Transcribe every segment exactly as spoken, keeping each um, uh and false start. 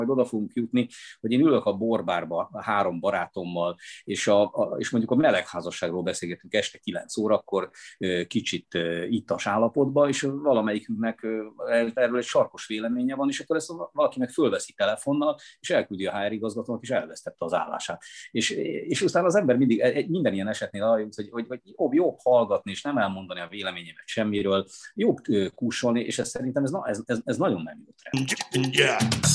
majd oda fogunk jutni, hogy én ülök a borbárba a három barátommal, és, a, a, és mondjuk a melegházasságról beszélgetünk este kilenc órakor, kicsit ittas állapotban, és valamelyikünknek erről egy sarkos véleménye van, és akkor ezt valaki meg fölveszi telefonnal, és elküldi a há er igazgatónak, és elvesztette az állását. És, és aztán az ember mindig, minden ilyen esetnél arra jut, hogy, hogy, hogy jobb, jobb hallgatni, és nem elmondani a véleményemet semmiről, jobb kúsolni, és ez szerintem ez, ez, ez, ez nagyon nem jó trend. Yeah.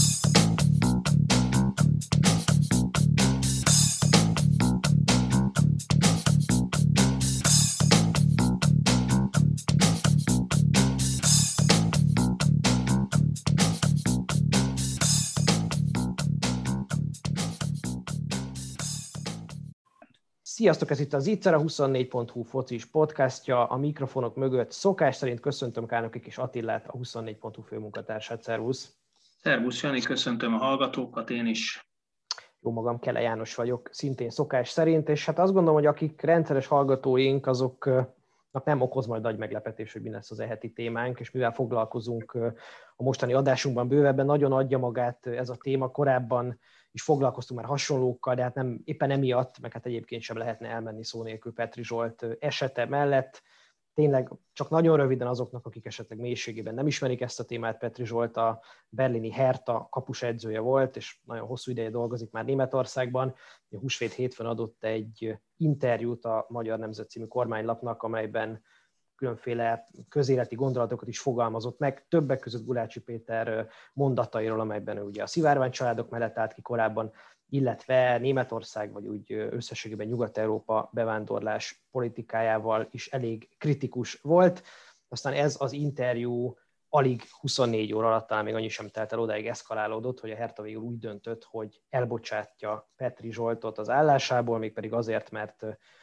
Sziasztok, ez itt az Ittszer, a huszonnégy pont hu focis podcastja. A mikrofonok mögött szokás szerint köszöntöm Kárnoki és Attilát, a huszonnégy pont hu főmunkatársát. Szervusz! Szervusz, Jani, köszöntöm a hallgatókat, én is. Jó magam, Kele János vagyok, szintén szokás szerint, és hát azt gondolom, hogy akik rendszeres hallgatóink, azoknak nem okoz majd nagy meglepetés, hogy mi lesz az e-heti témánk, és mivel foglalkozunk a mostani adásunkban bővebben, nagyon adja magát ez a téma. Korábban is foglalkoztunk már hasonlókkal, de hát nem, éppen emiatt, meg hát egyébként sem lehetne elmenni szó nélkül Petry Zsolt esete mellett. Tényleg csak nagyon röviden azoknak, akik esetleg mélységében nem ismerik ezt a témát, Petry Zsolt a berlini Hertha kapusedzője volt, és nagyon hosszú ideje dolgozik már Németországban. A húsvét hétfőn adott egy interjút a Magyar Nemzet című kormánylapnak, amelyben különféle közéleti gondolatokat is fogalmazott meg, többek között Gulácsi Péter mondatairól, amelyben ő ugye a szivárvány családok mellett állt ki korábban, illetve Németország, vagy úgy összességében Nyugat-Európa bevándorlás politikájával is elég kritikus volt. Aztán ez az interjú alig huszonnégy óra alatt, talán még annyi sem telt el, odáig eszkalálódott, hogy a Hertha végül úgy döntött, hogy elbocsátja Petry Zsoltot az állásából, mégpedig azért, mert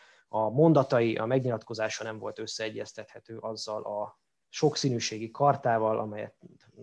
a mondatai, a megnyilatkozása nem volt összeegyeztethető azzal a sokszínűségi kartával, amelyet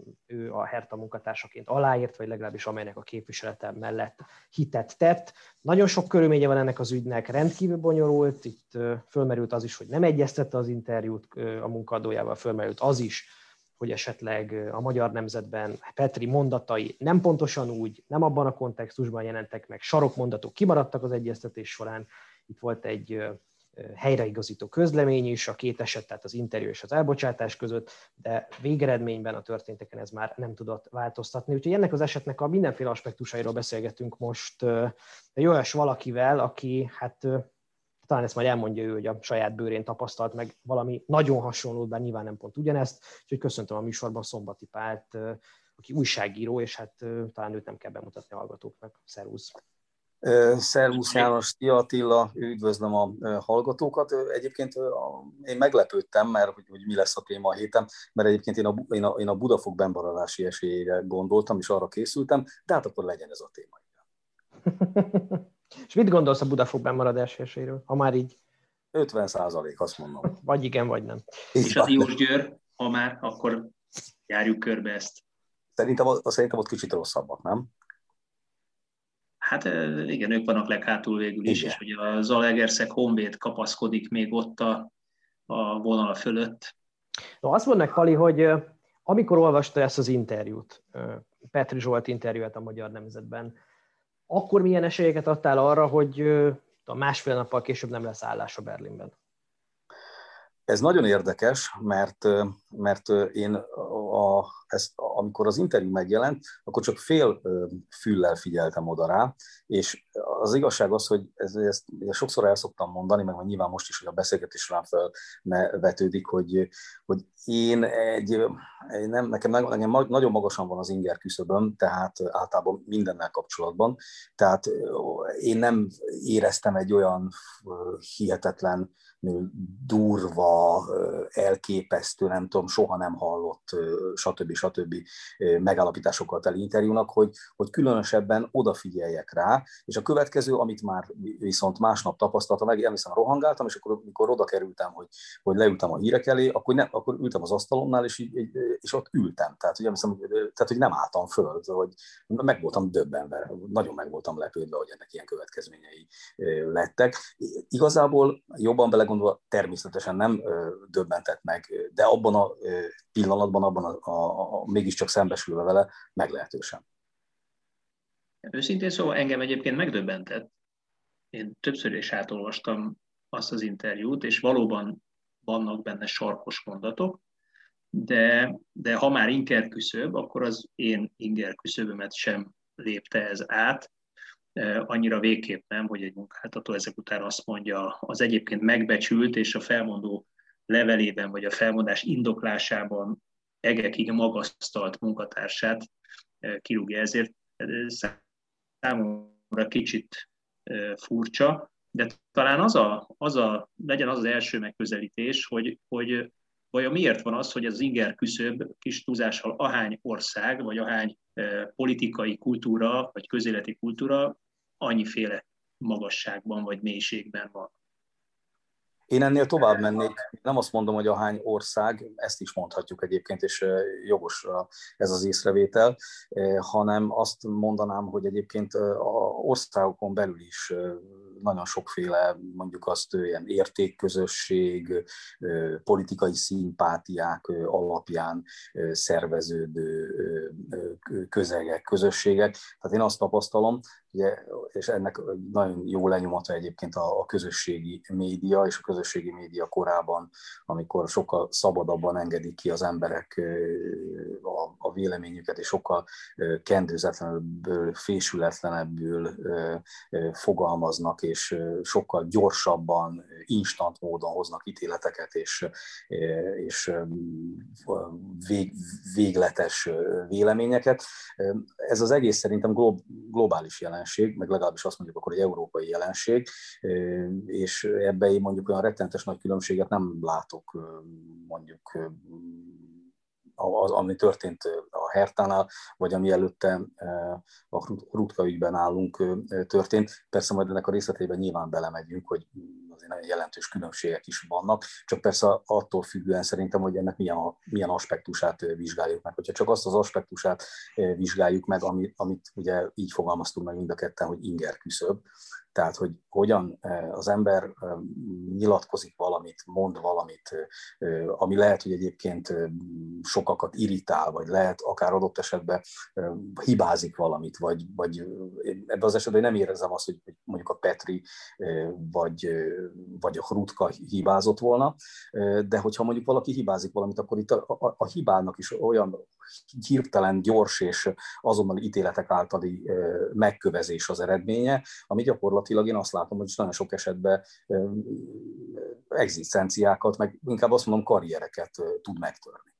ő a Hertha munkatársaként aláírt, vagy legalábbis amelynek a képviselete mellett hitet tett. Nagyon sok körülménye van ennek az ügynek, rendkívül bonyolult, itt fölmerült az is, hogy nem egyeztette az interjút a munkadójával, fölmerült az is, hogy esetleg a Magyar Nemzetben Petry mondatai nem pontosan úgy, nem abban a kontextusban jelentek meg, sarokmondatok kimaradtak az egyeztetés során. Itt volt egy helyreigazító közlemény is a két eset, tehát az interjú és az elbocsátás között, de végeredményben a történteken ez már nem tudott változtatni. Úgyhogy ennek az esetnek a mindenféle aspektusairól beszélgetünk most egy olyas valakivel, aki hát talán ezt majd elmondja ő, hogy a saját bőrén tapasztalt meg valami nagyon hasonlót, bár nyilván nem pont ugyanezt. Úgyhogy köszöntöm a műsorban Szombati Pált, aki újságíró, és hát talán őt nem kell bemutatni a hallgatóknak. Szervusz! Szervusz János, szia Attila, üdvözlöm a hallgatókat. Egyébként én meglepődtem, mert hogy, hogy mi lesz a téma a héten, mert egyébként én a, én a, én a Budafok bennmaradási esélyére gondoltam, és arra készültem, de hát akkor legyen ez a téma. És mit gondolsz a Budafok bennmaradási esélyről, ha már így? ötven százalék, azt mondom. Vagy igen, vagy nem. És a Diósgyőr, ha már, akkor járjuk körbe ezt. Szerintem, szerintem ott kicsit rosszabbak, nem? Hát igen, ők vannak leghátul végül is, igen. És hogy a Zalaegerszeg Honvéd kapaszkodik még ott a, a vonal fölött. No, azt mondnak, Pali, hogy amikor olvasta ezt az interjút, Petry Zsolt interjúját a Magyar Nemzetben, akkor milyen esélyeket adtál arra, hogy a másfél nappal később nem lesz állása Berlinben? Ez nagyon érdekes, mert, mert én a, ezt, amikor az interjú megjelent, akkor csak fél füllel figyeltem oda rá, és az igazság az, hogy ez, ezt sokszor el szoktam mondani, meg nyilván most is, hogy a beszélgetés során felvetődik, hogy, hogy én egy, nem, nekem, nekem nagyon magasan van az inger küszöböm, tehát általában mindennel kapcsolatban, tehát én nem éreztem egy olyan hihetetlen, durva, elképesztő, nem tudom, soha nem hallott, stb. stb. Megállapításokkal teli interjúnak, hogy, hogy különösebben odafigyeljek rá, és a következő, amit már viszont másnap tapasztaltam, meg emlékszem, rohangáltam, és akkor, amikor oda kerültem, hogy, hogy leültem a hírek elé, akkor, ne, akkor ültem az asztalonnál, és, így, és ott ültem. Tehát, hogy emlékszem, tehát, hogy nem álltam föl, hogy meg voltam döbbenve, nagyon meg voltam lepődve, hogy ennek ilyen következményei lettek. Igazából jobban belegondolva természetesen nem döbbentett meg, de abban a pillanatban, abban a, a, a, a mégiscsak szembesülve vele meglehetősen. Őszintén szóval engem egyébként megdöbbentett. Én többször is átolvastam azt az interjút, és valóban vannak benne sarkos mondatok, de, de ha már inger küszöb, akkor az én inger küszöbömet sem lépte ez át. Annyira végképp nem, hogy egy munkáltató ezek után azt mondja, az egyébként megbecsült és a felmondó levelében, vagy a felmondás indoklásában egekig magasztalt munkatársát kirúgja. Ezért számomra kicsit furcsa, de talán az a, az a, legyen az az első megközelítés, hogy, hogy vajon miért van az, hogy az inger küszöb kis túlzással ahány ország, vagy ahány politikai kultúra, vagy közéleti kultúra annyiféle magasságban, vagy mélységben van. Én ennél tovább mennék, nem azt mondom, hogy ahány ország, ezt is mondhatjuk egyébként, és jogos ez az észrevétel, hanem azt mondanám, hogy egyébként a országokon belül is nagyon sokféle, mondjuk azt ilyen értékközösség, politikai szimpátiák alapján szerveződő közegek, közösségek. Tehát én azt tapasztalom, ugye, és ennek nagyon jó lenyomata egyébként a, a közösségi média, és a közösségi média korában, amikor sokkal szabadabban engedik ki az emberek a, a véleményüket, és sokkal kendőzetlenebből, fésületlenebbül fogalmaznak, és sokkal gyorsabban, instant módon hoznak ítéleteket, és, és vég, végletes véleményeket. Ez az egész szerintem globális jelenség, meg legalábbis azt mondjuk akkor egy európai jelenség, és ebben én mondjuk olyan rettenetes nagy különbséget nem látok, mondjuk az, ami történt a Hertánál, vagy ami előtte a Rutka ügyben állunk történt. Persze majd ennek a részletében nyilván belemegyünk, hogy azért nagyon jelentős különbségek is vannak, csak persze attól függően szerintem, hogy ennek milyen, milyen aspektusát vizsgáljuk meg. Hogyha csak azt az aspektusát vizsgáljuk meg, amit, amit ugye így fogalmaztunk meg mind a ketten, hogy inger küszöb, tehát, hogy hogyan az ember nyilatkozik valamit, mond valamit, ami lehet, hogy egyébként sokakat irritál, vagy lehet akár adott esetben hibázik valamit, vagy, vagy ebben az esetben nem érzem azt, hogy mondjuk a Petri vagy, vagy a Rutka hibázott volna, de hogyha mondjuk valaki hibázik valamit, akkor itt a, a, a hibának is olyan hirtelen, gyors és azonnali ítéletek általi megkövezés az eredménye, ami gyakorlatilag én azt látom, hogy nagyon sok esetben egzisztenciákat, meg inkább azt mondom karriereket tud megtörni.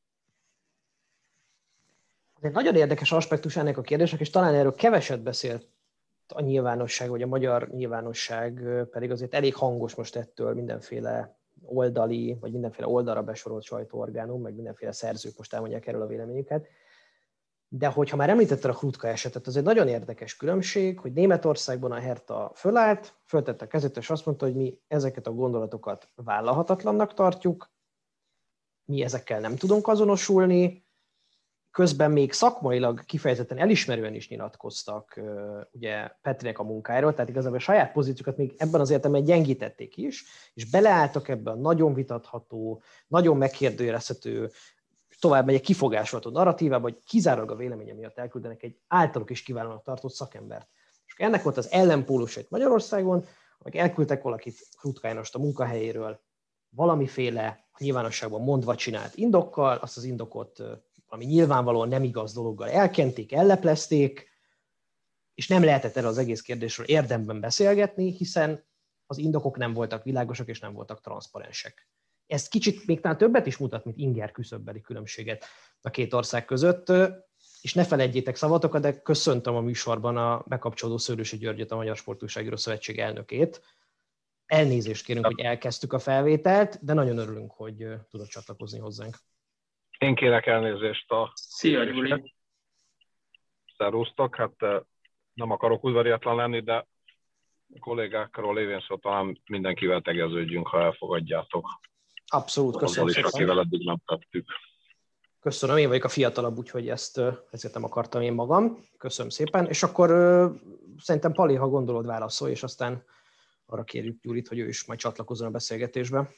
Ez egy nagyon érdekes aspektus ennek a kérdésnek, és talán erről keveset beszélt a nyilvánosság, vagy a magyar nyilvánosság, pedig azért elég hangos most ettől mindenféle oldali, vagy mindenféle oldalra besorolt sajtóorgánum, meg mindenféle szerzők most elmondják erről a véleményüket. De hogyha már említetted a Rutka esetet, az egy nagyon érdekes különbség, hogy Németországban a Herta fölállt, föltette a kezét, és azt mondta, hogy mi ezeket a gondolatokat vállalhatatlannak tartjuk, mi ezekkel nem tudunk azonosulni, közben még szakmailag kifejezetten elismerően is nyilatkoztak ugye Petrinek a munkájáról, tehát igazából a saját pozíciókat még ebben az értelemben gyengítették is, és beleálltak ebbe a nagyon vitatható, nagyon megkérdőjelezhető, tovább megy egy kifogásolható narratívába, hogy kizárólag a véleménye miatt elküldenek egy általuk is kiválónak tartott szakembert. És ennek volt az ellenpólusa itt Magyarországon, amik elküldtek valakit Rutka Jánost a munkahelyéről valamiféle a nyilvánosságban mondva csinált indokkal, azt az indokot ami nyilvánvalóan nem igaz dologgal elkenték, elleplezték, és nem lehetett erről az egész kérdésről érdemben beszélgetni, hiszen az indokok nem voltak világosak és nem voltak transzparensek. Ez kicsit még talán többet is mutat, mint inger küszöbbeli különbséget a két ország között, és ne felejtjétek szavatokat, de köszöntöm a műsorban a bekapcsolódó Szőlősi Györgyöt, a Magyar Sportújságíró Szövetség elnökét. Elnézést kérünk, hogy elkezdtük a felvételt, de nagyon örülünk, hogy tudott csatlakozni hozzánk. Én kérek elnézést a... Szia, Gyuri! Szerusztok, hát nem akarok udvariatlan lenni, de a kollégákról lévén szó talán mindenkivel tegeződjünk, ha elfogadjátok. Abszolút, köszönöm szépen. Akivel eddig nem tettük. Köszönöm, én vagyok a fiatalabb, úgyhogy ezt ezért nem akartam én magam. Köszönöm szépen. És akkor szerintem Pali, ha gondolod, válaszolj, és aztán arra kérjük Gyurit, hogy ő is majd csatlakozzon a beszélgetésbe.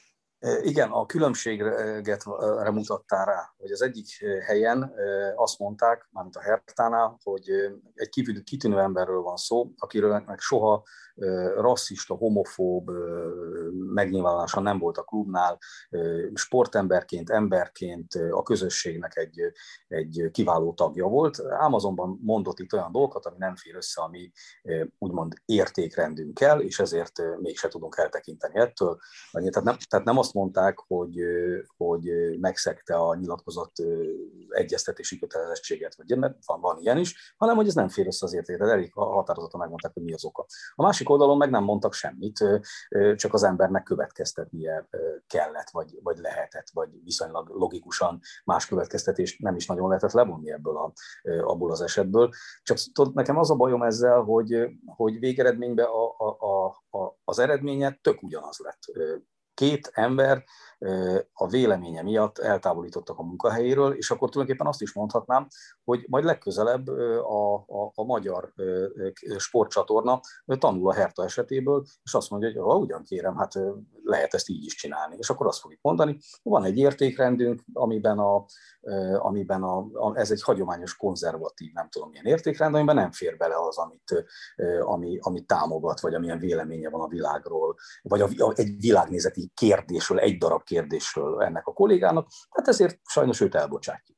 Igen, a különbséget mutattál rá, hogy az egyik helyen azt mondták, mármint a Hertánál, hogy egy kitűnő emberről van szó, akiről meg soha rasszista, homofób megnyilvánulása nem volt a klubnál, sportemberként, emberként a közösségnek egy, egy kiváló tagja volt, ám azonban mondott itt olyan dolgokat, ami nem fér össze a mi úgymond értékrendünkkel, és ezért mégse tudunk eltekinteni ettől. Tehát nem, tehát nem azt mondták, hogy, hogy megszegte a nyilatkozat egyeztetési kötelezettséget, vagy mert van, van ilyen is, hanem hogy ez nem fér össze az értéket. Tehát elég határozottan megmondták, hogy mi az oka. A másik oldalon meg nem mondtak semmit, csak az embernek következtetnie kellett, vagy, vagy lehetett, vagy viszonylag logikusan más következtetést nem is nagyon lehetett levonni ebből a, abból az esetből. Csak tudod, nekem az a bajom ezzel, hogy, hogy végeredményben a, a, a, a, az eredménye tök ugyanaz lett. Két ember a véleménye miatt eltávolítottak a munkahelyéről, és akkor tulajdonképpen azt is mondhatnám, hogy majd legközelebb a, a, a magyar sportcsatorna tanul a Hertha esetéből, és azt mondja, hogy ha ugyan kérem, hát lehet ezt így is csinálni. És akkor azt fogjuk mondani, van egy értékrendünk, amiben, a, amiben a, a, ez egy hagyományos konzervatív, nem tudom milyen értékrend, amiben nem fér bele az, amit, ami, amit támogat, vagy amilyen véleménye van a világról, vagy a, a, egy világnézeti kérdésről, egy darab kérdésről ennek a kollégának, hát ezért sajnos őt elbocsátjuk.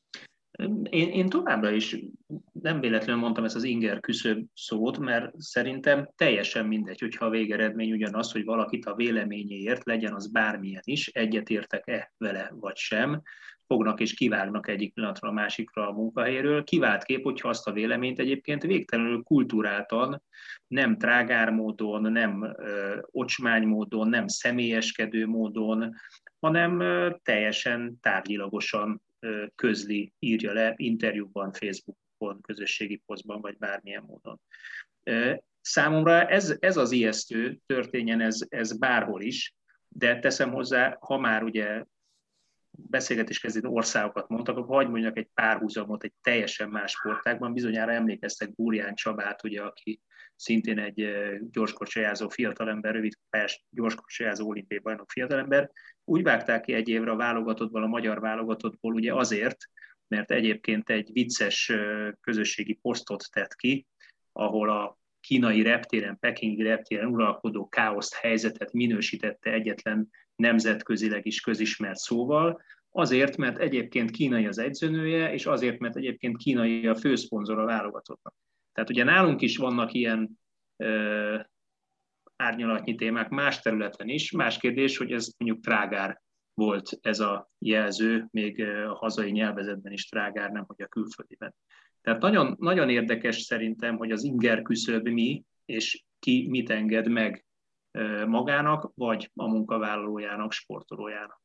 Én, én továbbra is nem véletlenül mondtam ezt az inger küszöb szót, mert szerintem teljesen mindegy, hogyha a végeredmény ugyanaz, hogy valakit a véleményéért, legyen az bármilyen is, egyetértek-e vele vagy sem, fognak és kivágnak egyik pillanatra a másikra a munkahelyről. Kivált kép, hogyha azt a véleményt egyébként végtelenül kulturáltan, nem trágár módon, nem ö, ocsmány módon, nem személyeskedő módon, hanem ö, teljesen tárgyilagosan ö, közli, írja le interjúban, Facebookon, közösségi posztban, vagy bármilyen módon. Ö, számomra ez, ez az ijesztő, történjen ez, ez bárhol is, de teszem hozzá, ha már ugye beszélgetés kezdődő országokat mondtak, akkor hagyj mondjak egy párhuzamot egy teljesen más sportágban. Bizonyára emlékeztek Burján Csabát, ugye, aki szintén egy gyorskorcsolyázó fiatalember, rövid pályás gyorskorcsolyázó olimpiai bajnok fiatalember. Úgy vágták ki egy évre a válogatottból, a magyar válogatottból, ugye azért, mert egyébként egy vicces közösségi posztot tett ki, ahol a kínai reptéren, pekingi reptéren uralkodó káoszt, helyzetet minősítette egyetlen nemzetközileg is közismert szóval, azért, mert egyébként kínai az edzőnője, és azért, mert egyébként kínai a főszponzor a válogatottnak. Tehát ugye nálunk is vannak ilyen ö, árnyalatnyi témák más területen is. Más kérdés, hogy ez mondjuk trágár volt ez a jelző, még a hazai nyelvezetben is trágár, nem hogy a külföldiben. Tehát nagyon, nagyon érdekes szerintem, hogy az inger küszöb mi, és ki mit enged meg magának, vagy a munkavállalójának, sportolójának.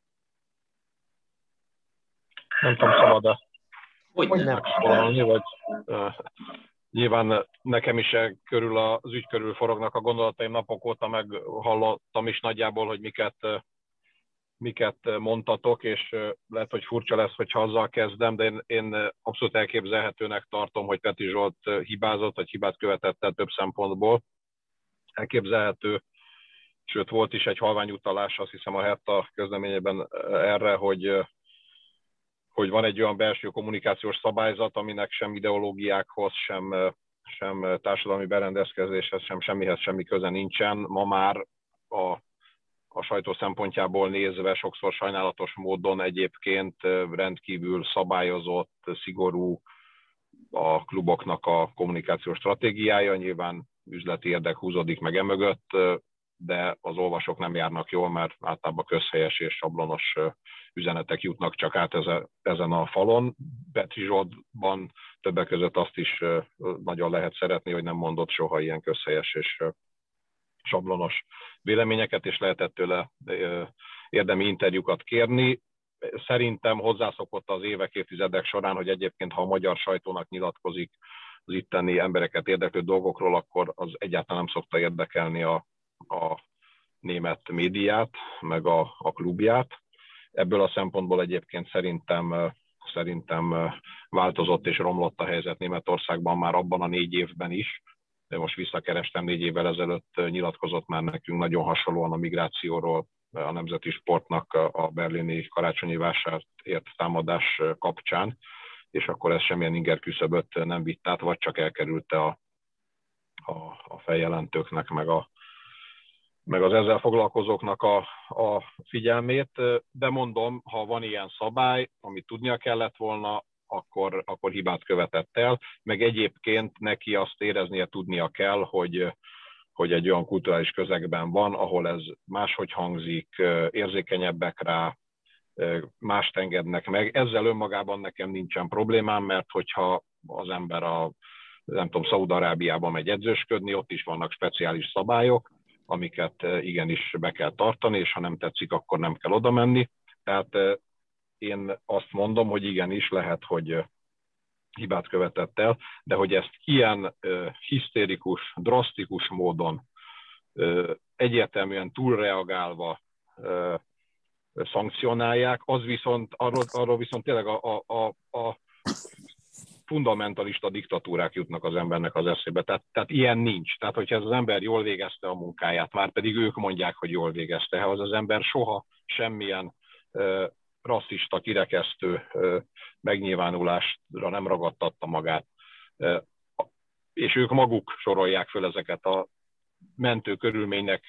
Nem tudom, szabad-e hogy nem szólni, vagy uh, nyilván nekem is körül az ügy körül forognak a gondolataim, napok óta meghallottam is nagyjából, hogy miket, miket mondtatok, és lehet, hogy furcsa lesz, hogyha azzal kezdem, de én, én abszolút elképzelhetőnek tartom, hogy Peti Zsolt hibázott, vagy hibát követett el több szempontból. Elképzelhető, sőt volt is egy halvány utalás, azt hiszem a Hertha közleményében erre, hogy, hogy van egy olyan belső kommunikációs szabályzat, aminek sem ideológiákhoz, sem, sem társadalmi berendezkedéshez, sem semmihez semmi köze nincsen. Ma már a, a sajtó szempontjából nézve sokszor sajnálatos módon egyébként rendkívül szabályozott, szigorú a kluboknak a kommunikációs stratégiája. Nyilván üzleti érdek húzódik meg emögött, de az olvasók nem járnak jól, mert általában közhelyes és sablonos üzenetek jutnak csak át ezen a falon. Peti Zsoltban többek között azt is nagyon lehet szeretni, hogy nem mondott soha ilyen közhelyes és sablonos véleményeket, és lehetett tőle érdemi interjúkat kérni. Szerintem hozzászokott az évek, évtizedek során, hogy egyébként, ha a magyar sajtónak nyilatkozik az itteni embereket érdeklő dolgokról, akkor az egyáltalán nem szokta érdekelni a, a német médiát, meg a, a klubját. Ebből a szempontból egyébként szerintem, szerintem változott és romlott a helyzet Németországban már abban a négy évben is. De most visszakerestem, négy évvel ezelőtt nyilatkozott már nekünk nagyon hasonlóan a migrációról a nemzeti sportnak a berlini karácsonyi vásárt ért támadás kapcsán, és akkor ez semmilyen inger küszöböt nem vitt át, vagy csak elkerülte a, a, a feljelentőknek, meg, a, meg az ezzel foglalkozóknak a, a figyelmét. De mondom, ha van ilyen szabály, amit tudnia kellett volna, akkor, akkor hibát követett el, meg egyébként neki azt éreznie, tudnia kell, hogy, hogy egy olyan kulturális közegben van, ahol ez máshogy hangzik, érzékenyebbek rá, mást engednek meg. Ezzel önmagában nekem nincsen problémám, mert hogyha az ember a, nem tudom, Szaúd-Arábiában megy edzősködni, ott is vannak speciális szabályok, amiket igenis be kell tartani, és ha nem tetszik, akkor nem kell oda menni. Tehát én azt mondom, hogy igenis lehet, hogy hibát követett el, de hogy ezt ilyen uh, hisztérikus, drasztikus módon, uh, egyértelműen túlreagálva uh, szankcionálják, az viszont, arról, arról viszont tényleg a, a, a fundamentalista diktatúrák jutnak az embernek az eszébe. Tehát, tehát ilyen nincs. Tehát, hogyha ez az ember jól végezte a munkáját, már pedig ők mondják, hogy jól végezte, ha az az ember soha semmilyen uh, rasszista, kirekesztő megnyilvánulásra nem ragadtatta magát. És ők maguk sorolják föl ezeket a mentő körülménynek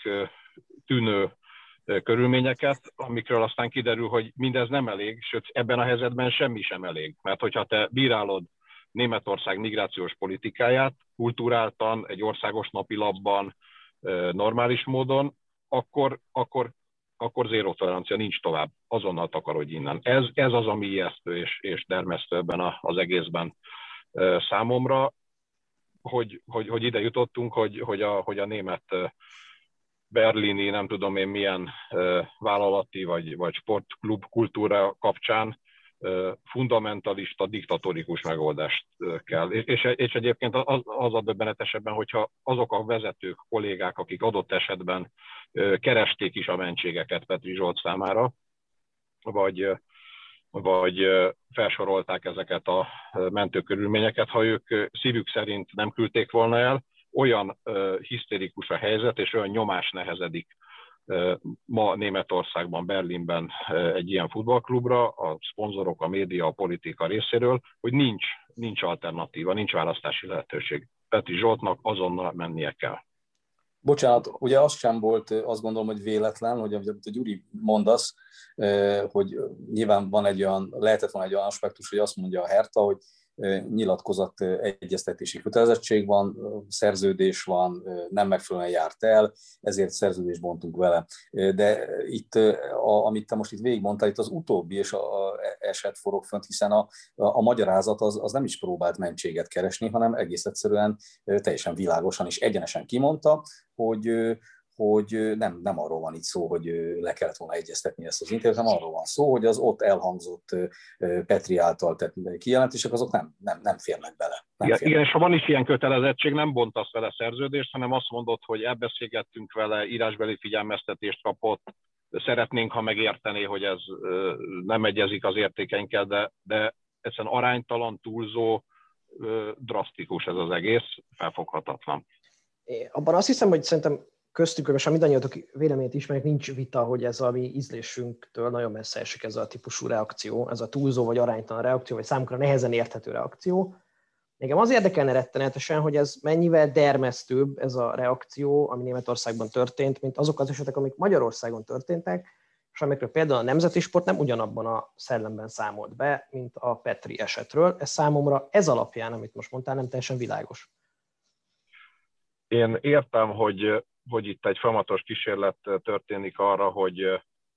tűnő körülményeket, amikről aztán kiderül, hogy mindez nem elég, sőt ebben a helyzetben semmi sem elég. Mert hogyha te bírálod Németország migrációs politikáját kulturáltan, egy országos napilapban, normális módon, akkor, akkor akkor zéró tolerancia, nincs tovább, azonnal takarodj innen. Ez, ez az, ami ijesztő és, és dermesztő ebben a, az egészben e, számomra, hogy, hogy, hogy ide jutottunk, hogy, hogy, a, hogy a német e, berlini, nem tudom én milyen e, vállalati vagy, vagy sportklub kultúra kapcsán e, fundamentalista, diktatórikus megoldást e, kell. És, és, és egyébként az, az a döbbenetesebben, hogyha azok a vezetők, kollégák, akik adott esetben keresték is a mentségeket Petri Zsolt számára, vagy, vagy felsorolták ezeket a mentőkörülményeket, ha ők szívük szerint nem küldték volna el, olyan hisztérikus a helyzet, és olyan nyomás nehezedik ma Németországban, Berlinben egy ilyen futballklubra, a szponzorok, a média, a politika részéről, hogy nincs, nincs alternatíva, nincs választási lehetőség. Petri Zsoltnak azonnal mennie kell. Bocsánat, ugye az sem volt, azt gondolom, hogy véletlen, hogy amit a Gyuri mondasz, hogy nyilván van egy olyan, lehetett volna egy olyan aspektus, hogy azt mondja a Hertha, hogy nyilatkozat egyeztetési kötelezettség van, szerződés van, nem megfelelően járt el, ezért szerződést bontunk vele. De itt, a, amit te most itt végigmondtál, itt az utóbbi és a, a eset forog fönt, hiszen a, a magyarázat az, az nem is próbált mentséget keresni, hanem egész egyszerűen teljesen világosan és egyenesen kimondta, hogy hogy nem, nem arról van itt szó, hogy le kellett volna egyeztetni ezt az interjút, hanem arról van szó, hogy az ott elhangzott Petri által tett kijelentések, azok nem, nem, nem férnek bele. Nem igen, férnek. igen, és ha van is ilyen kötelezettség, nem bontasz vele szerződést, hanem azt mondod, hogy elbeszélgettünk vele, írásbeli figyelmeztetést kapott, szeretnénk, ha megértené, hogy ez nem egyezik az értékeinkkel, de, de egyszerűen aránytalan, túlzó, drasztikus ez az egész, felfoghatatlan. É, abban azt hiszem, hogy szerintem köztük, hogy most már mindannyiatok véleményét ismerjük, nincs vita, hogy ez a mi ízlésünktől nagyon messze esik ez a típusú reakció, ez a túlzó vagy aránytalan reakció, vagy számunkra nehezen érthető reakció. Engem az érdekelne rettenetesen, hogy ez mennyivel dermesztőbb ez a reakció, ami Németországban történt, mint azok az esetek, amik Magyarországon történtek, és amikről például a nemzeti sport nem ugyanabban a szellemben számolt be, mint a Petri esetről. Ez számomra ez alapján, amit most mondtál, nem teljesen világos. Én értem, hogy hogy itt egy folyamatos kísérlet történik arra, hogy,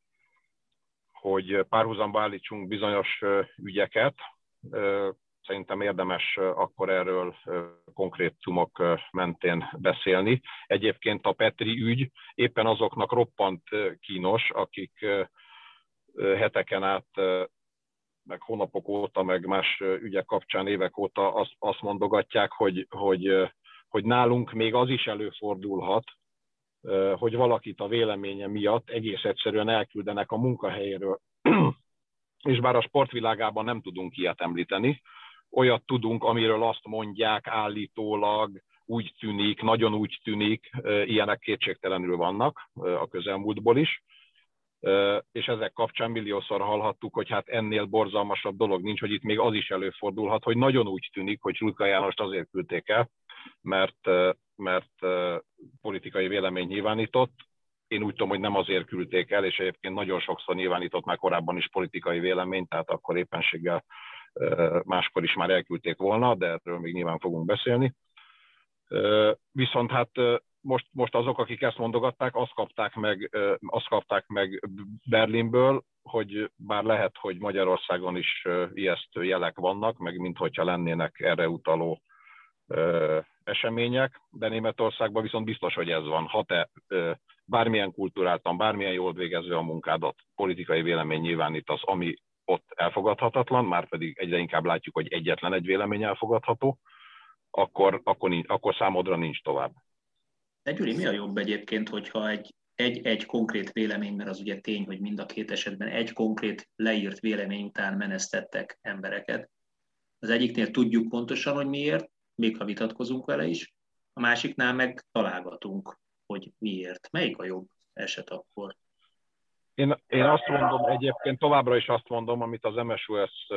hogy párhuzamba állítsunk bizonyos ügyeket. Szerintem érdemes akkor erről konkrétumok mentén beszélni. Egyébként a Petri ügy éppen azoknak roppant kínos, akik heteken át, meg hónapok óta, meg más ügyek kapcsán évek óta azt, azt mondogatják, hogy, hogy, hogy nálunk még az is előfordulhat, hogy valakit a véleménye miatt egész egyszerűen elküldenek a munkahelyéről. És bár a sportvilágában nem tudunk ilyet említeni, olyat tudunk, amiről azt mondják állítólag, úgy tűnik, nagyon úgy tűnik, ilyenek kétségtelenül vannak a közelmúltból is. és ezek kapcsán milliószor hallhattuk, hogy hát ennél borzalmasabb dolog nincs, hogy itt még az is előfordulhat, hogy nagyon úgy tűnik, hogy Rutka Jánost azért küldték el, mert, mert politikai véleményt nyilvánított. Én úgy tudom, hogy nem azért küldték el, és egyébként nagyon sokszor nyilvánított már korábban is politikai véleményt, tehát akkor éppenséggel máskor is már elküldték volna, de erről még nyilván fogunk beszélni. Viszont hát most, most azok, akik ezt mondogatták, azt kapták meg, azt kapták meg Berlinből, hogy bár lehet, hogy Magyarországon is ijesztő jelek vannak, meg minthogyha lennének erre utaló események, de Németországban viszont biztos, hogy ez van. Ha te bármilyen kulturáltan, bármilyen jól végező a munkádat, politikai vélemény nyilvánítasz, ami ott elfogadhatatlan, már pedig egyre inkább látjuk, hogy egyetlen egy vélemény elfogadható, akkor, akkor, akkor számodra nincs tovább. De Gyuri, mi a jobb egyébként, hogyha egy, egy, egy konkrét vélemény, mert az ugye tény, hogy mind a két esetben egy konkrét leírt vélemény után menesztettek embereket. Az egyiknél tudjuk pontosan, hogy miért, még ha vitatkozunk vele is, a másiknál meg találgatunk, hogy miért. Melyik a jobb eset akkor? Én, én azt mondom, egyébként továbbra is azt mondom, amit az em es u es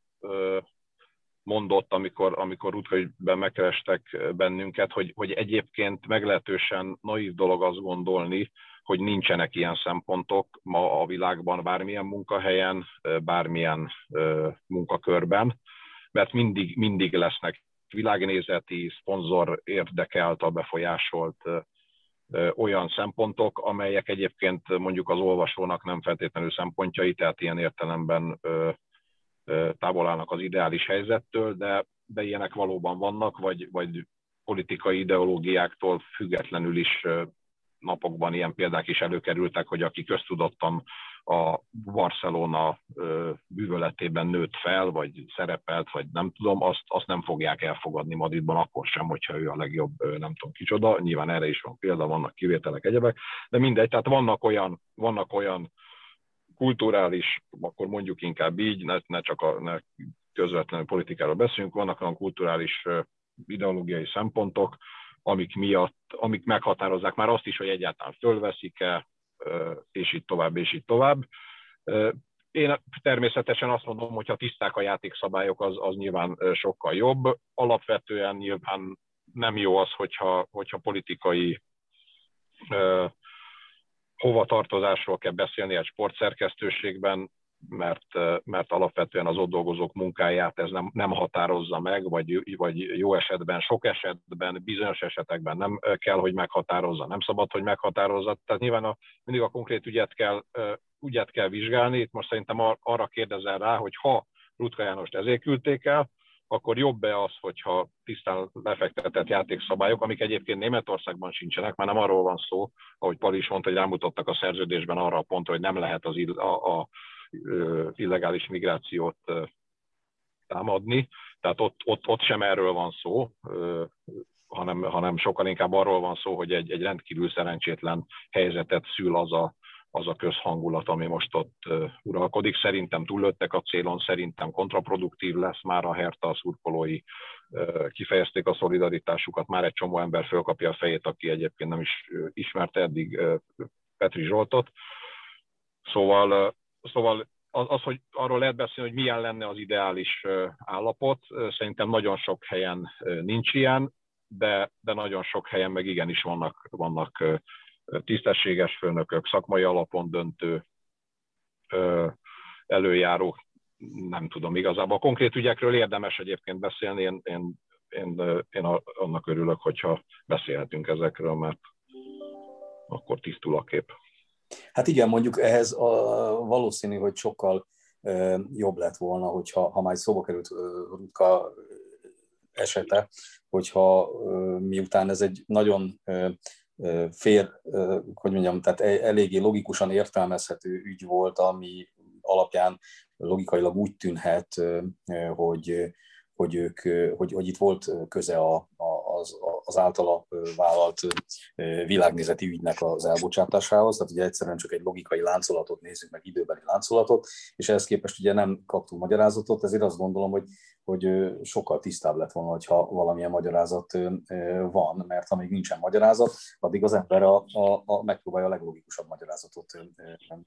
mondott, amikor, amikor Rutka-ügyben megkerestek bennünket, hogy, hogy egyébként meglehetősen naív dolog azt gondolni, hogy nincsenek ilyen szempontok ma a világban bármilyen munkahelyen, bármilyen munkakörben, mert mindig, mindig lesznek világnézeti, szponzor érdeke által befolyásolt olyan szempontok, amelyek egyébként mondjuk az olvasónak nem feltétlenül szempontjai, tehát ilyen értelemben távol állnak az ideális helyzettől, de, de ilyenek valóban vannak, vagy, vagy politikai ideológiáktól függetlenül is napokban ilyen példák is előkerültek, hogy aki köztudottan a Barcelona bűvöletében nőtt fel, vagy szerepelt, vagy nem tudom, azt, azt nem fogják elfogadni Madridban akkor sem, hogyha ő a legjobb, nem tudom kicsoda. Nyilván erre is van példa, vannak kivételek, egyebek, de mindegy, tehát vannak olyan, vannak olyan kulturális, akkor mondjuk inkább így, ne, ne csak a ne közvetlenül politikáról beszélünk, vannak olyan kulturális ideológiai szempontok, amik miatt, amik meghatározzák már azt is, hogy egyáltalán fölveszik-e, és így tovább, és így tovább. Én természetesen azt mondom, hogy ha tiszták a játékszabályok, az, az nyilván sokkal jobb. Alapvetően nyilván nem jó az, hogyha, hogyha politikai uh, hovatartozásról kell beszélni egy sportszerkesztőségben, mert, mert alapvetően az ott dolgozók munkáját ez nem, nem határozza meg, vagy, vagy jó esetben, sok esetben, bizonyos esetekben nem kell, hogy meghatározza, nem szabad, hogy meghatározza. Tehát nyilván a, mindig a konkrét ügyet kell, ügyet kell vizsgálni. Itt most szerintem arra kérdezel rá, hogy ha Rutka Jánost ezért küldték el, akkor jobb-e az, hogyha tisztán lefektetett játékszabályok, amik egyébként Németországban sincsenek, már nem arról van szó, ahogy Pali is mondta, hogy rámutattak a szerződésben arra a pontra, hogy nem lehet az ill- a, a illegális migrációt támadni. Tehát ott, ott, ott sem erről van szó, hanem, hanem sokkal inkább arról van szó, hogy egy, egy rendkívül szerencsétlen helyzetet szül az a, az a közhangulat, ami most ott uralkodik. Szerintem túllőttek a célon, szerintem kontraproduktív lesz már a Hertha szurkolói, kifejezték a szolidaritásukat, már egy csomó ember fölkapja a fejét, aki egyébként nem is ismerte eddig Petri Zsoltot. Szóval Szóval az, az, hogy arról lehet beszélni, hogy milyen lenne az ideális állapot, szerintem nagyon sok helyen nincs ilyen, de, de nagyon sok helyen meg igenis vannak, vannak tisztességes főnökök, szakmai alapon döntő előjárók, nem tudom igazából. A konkrét ügyekről érdemes egyébként beszélni, én, én, én, én annak örülök, hogyha beszélhetünk ezekről, mert akkor tisztul a kép. Hát igen, mondjuk ehhez a, valószínű, hogy sokkal e, jobb lett volna, hogyha ha már szóba került e, Rutka esete, hogyha e, miután ez egy nagyon e, fér, e, hogy mondjam, tehát eléggé logikusan értelmezhető ügy volt, ami alapján logikailag úgy tűnhet, e, hogy, hogy, ők, hogy, hogy itt volt köze a, a, az, az általa vállalt világnézeti ügynek az elbocsátásához, tehát ugye egyszerűen csak egy logikai láncolatot nézzük meg, időbeli láncolatot, és ehhez képest ugye nem kaptunk magyarázatot, ezért azt gondolom, hogy, hogy sokkal tisztább lett volna, hogyha valamilyen magyarázat van, mert amíg nincsen magyarázat, addig az ember a, a, a megpróbálja a leglogikusabb magyarázatot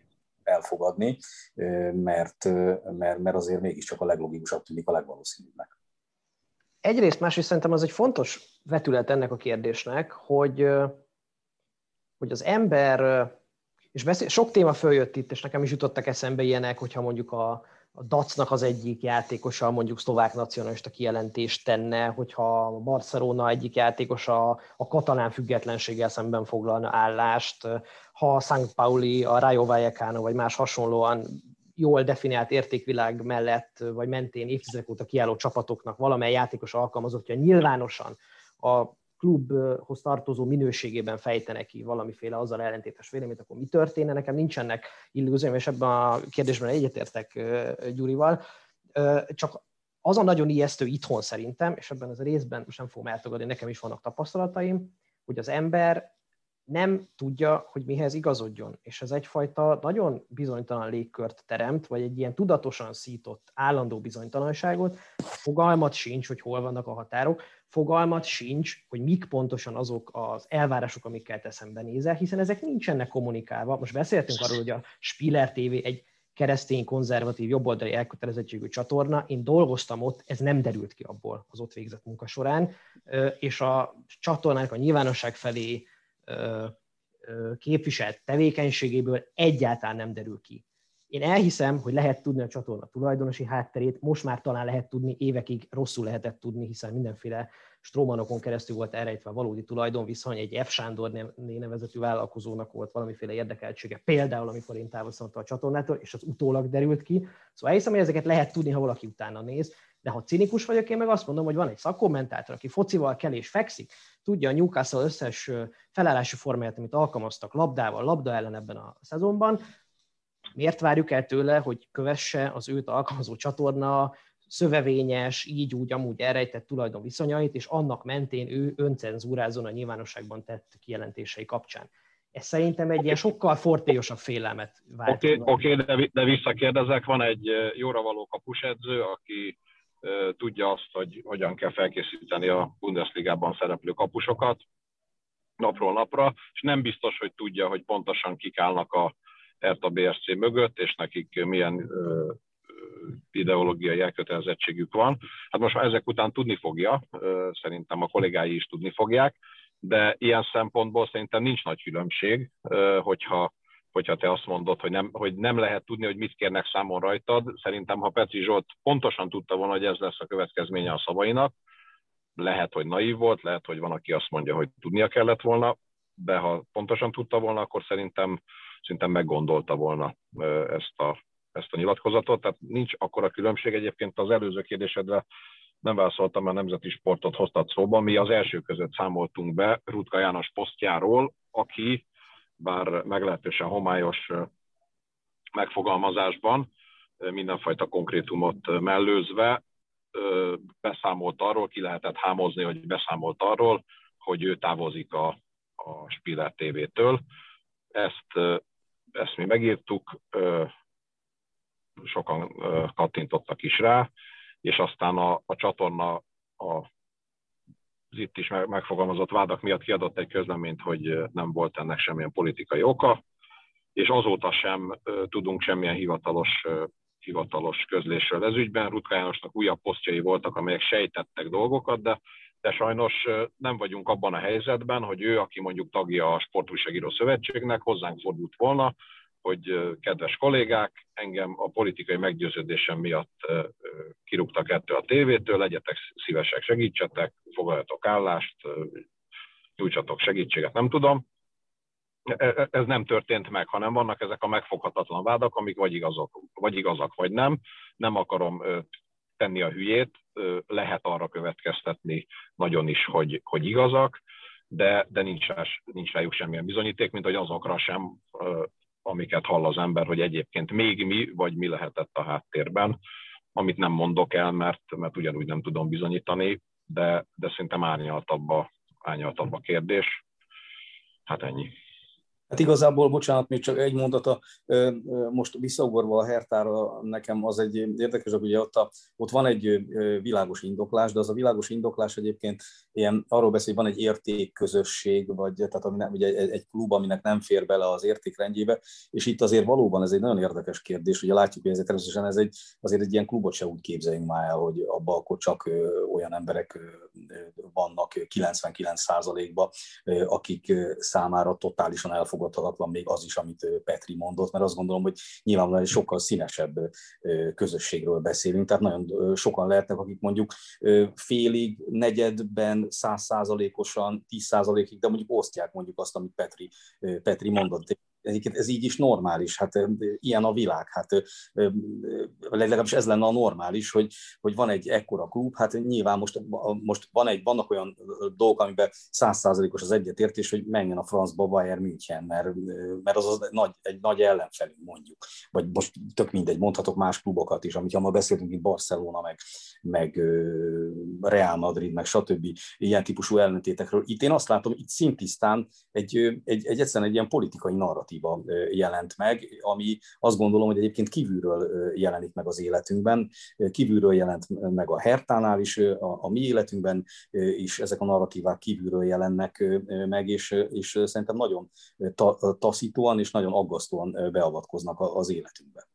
elfogadni, mert, mert, mert azért mégiscsak a leglogikusabb tűnik a legvalószínűbbnek. Egyrészt, másrészt szerintem az egy fontos vetület ennek a kérdésnek, hogy, hogy az ember, és beszél, sok téma följött itt, és nekem is jutottak eszembe ilyenek, hogyha mondjuk a, a dacnak az egyik játékosa mondjuk szlovák nacionalista kijelentést tenne, hogyha a Barcelona egyik játékosa a katalán függetlenséggel szemben foglalna állást, ha a Sankt Pauli, a Rayo Vallecano vagy más hasonlóan jól definiált értékvilág mellett vagy mentén évtizedek óta kiálló csapatoknak valamely játékos alkalmazottja nyilvánosan a klubhoz tartozó minőségében fejtene ki valamiféle azzal ellentétes véleményt, akkor mi történne? Nekem nincsenek illúzióm, és ebben a kérdésben egyetértek Gyurival. Csak az a nagyon ijesztő itthon szerintem, és ebben az a részben most nem fogom eltagadni, nekem is vannak tapasztalataim, hogy az ember nem tudja, hogy mihez igazodjon. És ez egyfajta nagyon bizonytalan légkört teremt, vagy egy ilyen tudatosan szított állandó bizonytalanságot. Fogalmat sincs, hogy hol vannak a határok, fogalmat sincs, hogy mik pontosan azok az elvárások, amikkel te szembenézel, hiszen ezek nincsenek kommunikálva. Most beszéltünk arról, hogy a Spiller té vé egy keresztény, konzervatív, jobboldali elkötelezettségű csatorna. Én dolgoztam ott, ez nem derült ki abból az ott végzett munka során, és a csatornának a nyilvánosság felé képviselt tevékenységéből egyáltalán nem derül ki. Én elhiszem, hogy lehet tudni a csatorna tulajdonosi hátterét, most már talán lehet tudni, évekig rosszul lehetett tudni, hiszen mindenféle strómanokon keresztül volt elrejtve a valódi tulajdonviszony, egy F. Sándor nevezetű vállalkozónak volt valamiféle érdekeltsége, például amikor én távoztam a csatornától, és az utólag derült ki. Szóval elhiszem, hogy ezeket lehet tudni, ha valaki utána néz, de ha cinikus vagyok, én meg azt mondom, hogy van egy szakkommentátor, aki focival kell és fekszik, tudja a Newcastle összes felállási formáját, amit alkalmaztak labdával, labda ellen ebben a szezonban. Miért várjuk el tőle, hogy kövesse az őt alkalmazó csatorna szövevényes, így úgy amúgy elrejtett tulajdonviszonyait, és annak mentén ő öncenzúrázon a nyilvánosságban tett kijelentései kapcsán. Ez szerintem egy ilyen sokkal fortélyosabb félelmet vált. Oké, okay, okay, de, de visszakérdezek, van egy jóra való kapusedző, aki uh, tudja azt, hogy hogyan kell felkészíteni a Bundesligában szereplő kapusokat napról napra, és nem biztos, hogy tudja, hogy pontosan kik állnak a Hertha bé es cé mögött, és nekik milyen uh, ideológiai elkötelezettségük van. Hát most már ezek után tudni fogja, uh, szerintem a kollégái is tudni fogják, de ilyen szempontból szerintem nincs nagy különbség, uh, hogyha, hogyha te azt mondod, hogy nem, hogy nem lehet tudni, hogy mit kérnek számon rajtad. Szerintem, ha Petri Zsolt pontosan tudta volna, hogy ez lesz a következménye a szavainak, lehet, hogy naív volt, lehet, hogy van, aki azt mondja, hogy tudnia kellett volna, de ha pontosan tudta volna, akkor szerintem Szerintem meggondolta volna ezt a, ezt a nyilatkozatot. Tehát nincs akkora különbség. Egyébként az előző kérdésedre nem válaszoltam, mert nemzeti sportot hoztad szóba. Mi az első között számoltunk be Rutka János posztjáról, aki bár meglehetősen homályos megfogalmazásban, mindenfajta konkrétumot mellőzve, beszámolt arról, ki lehetett hámozni, hogy beszámolt arról, hogy ő távozik a, a Spiller té vétől. Ezt, ezt mi megírtuk, sokan kattintottak is rá, és aztán a, a csatorna a, az itt is megfogalmazott vádak miatt kiadott egy közleményt, hogy nem volt ennek semmilyen politikai oka, és azóta sem tudunk semmilyen hivatalos, hivatalos közlésről ez ügyben. Rutka Jánosnak újabb posztjai voltak, amelyek sejtettek dolgokat, de de sajnos nem vagyunk abban a helyzetben, hogy ő, aki mondjuk tagja a Sportújságíró Szövetségnek, hozzánk fordult volna, hogy kedves kollégák, engem a politikai meggyőződésem miatt kirúgtak ettől a tévétől, legyetek szívesek, segítsetek, foglaljatok állást, nyújtsatok segítséget, nem tudom. Ez nem történt meg, hanem vannak ezek a megfoghatatlan vádak, amik vagy igazak, vagy, igazak, vagy nem. Nem akarom tenni a hülyét, lehet arra következtetni nagyon is, hogy, hogy igazak, de, de nincs, nincs rájuk semmilyen bizonyíték, mint hogy azokra sem, amiket hall az ember, hogy egyébként még mi, vagy mi lehetett a háttérben, amit nem mondok el, mert, mert ugyanúgy nem tudom bizonyítani, de, de szerintem árnyaltabb a, árnyaltabb a kérdés. Hát ennyi. Hát igazából, bocsánat, még csak egy mondata, most visszaugorva a Hertára, nekem az egy érdekes, hogy ugye ott, a, ott van egy világos indoklás, de az a világos indoklás egyébként ilyen, arról beszél, hogy van egy értékközösség, vagy tehát ami nem, ugye egy, egy klub, aminek nem fér bele az értékrendjébe, és itt azért valóban ez egy nagyon érdekes kérdés, ugye látjuk, hogy ezért természetesen ez egy, azért egy ilyen klubot se úgy képzeljünk már el, hogy abban akkor csak olyan emberek vannak kilencvenkilenc százalékban, akik számára totálisan elfogadhatatlan még az is, amit Petri mondott, mert azt gondolom, hogy nyilvánvalóan egy sokkal színesebb közösségről beszélünk, tehát nagyon sokan lehetnek, akik mondjuk félig, negyedben, száz százalékosan, tíz százalékig, de mondjuk osztják mondjuk azt, amit Petri, Petri mondott. Egyébként ez így is normális, hát ilyen a világ, hát legalábbis ez lenne a normális, hogy, hogy van egy ekkora klub, hát nyilván most, most van egy, vannak olyan dolgok, amiben száz százalékos az egyetértés, hogy menjen a francba Bayern München, mert, mert az, az nagy, egy nagy ellenfelünk mondjuk, vagy most tök mindegy, mondhatok más klubokat is, amit ha ma beszéltünk, itt Barcelona, meg, meg Real Madrid, meg stb. Ilyen típusú ellentétekről. Itt én azt látom, itt szintisztán egy, egy, egy egyszerűen egy ilyen politikai narratív jelent meg, ami azt gondolom, hogy egyébként kívülről jelenik meg az életünkben, kívülről jelent meg a Hertánál is, a, a mi életünkben is ezek a narratívák kívülről jelennek meg, és, és szerintem nagyon ta, taszítóan és nagyon aggasztóan beavatkoznak az életünkbe.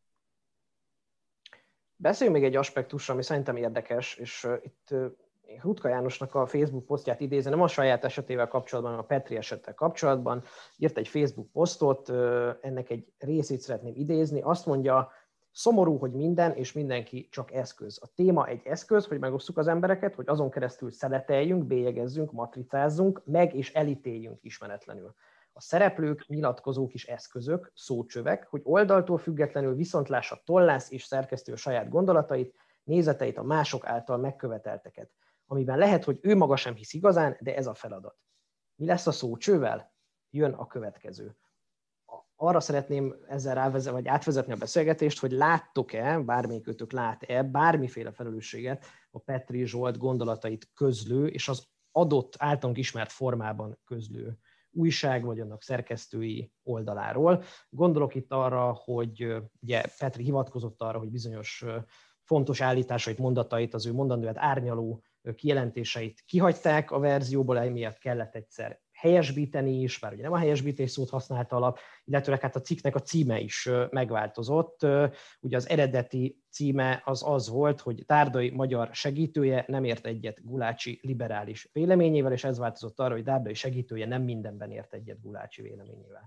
Beszéljünk még egy aspektusra, ami szerintem érdekes, és itt Rutka Jánosnak a Facebook posztját idézem, nem a saját esetével kapcsolatban, hanem a Petri esettel kapcsolatban. Írt egy Facebook posztot, ennek egy részét szeretném idézni. Azt mondja, szomorú, hogy minden és mindenki csak eszköz. A téma egy eszköz, hogy megosszuk az embereket, hogy azon keresztül szeleteljünk, bélyegezzünk, matricázzunk, meg és elítéljünk ismeretlenül. A szereplők, nyilatkozók is eszközök, szócsövek, hogy oldaltól függetlenül viszont lássa tollász és szerkesztő a saját gondolatait, nézeteit, a mások által megkövetelteket, amiben lehet, hogy ő maga sem hisz igazán, de ez a feladat. Mi lesz a szócsővel? Jön a következő. Arra szeretném ezzel rávezetni, vagy átvezetni a beszélgetést, hogy láttok-e, bármelyikőtök lát-e bármiféle felelősséget a Petri Zsolt gondolatait közlő, és az adott általunk ismert formában közlő újság, vagy annak szerkesztői oldaláról. Gondolok itt arra, hogy ugye Petri hivatkozott arra, hogy bizonyos fontos állításait, mondatait, az ő mondandóját árnyaló kijelentéseit kihagyták a verzióból, emiatt kellett egyszer helyesbíteni is, bár ugye nem a helyesbítés szót használta alap, illetőleg hát a cikknek a címe is megváltozott. Ugye az eredeti címe az az volt, hogy Dárdai magyar segítője nem ért egyet Gulácsi liberális véleményével, és ez változott arra, hogy Dárdai segítője nem mindenben ért egyet Gulácsi véleményével.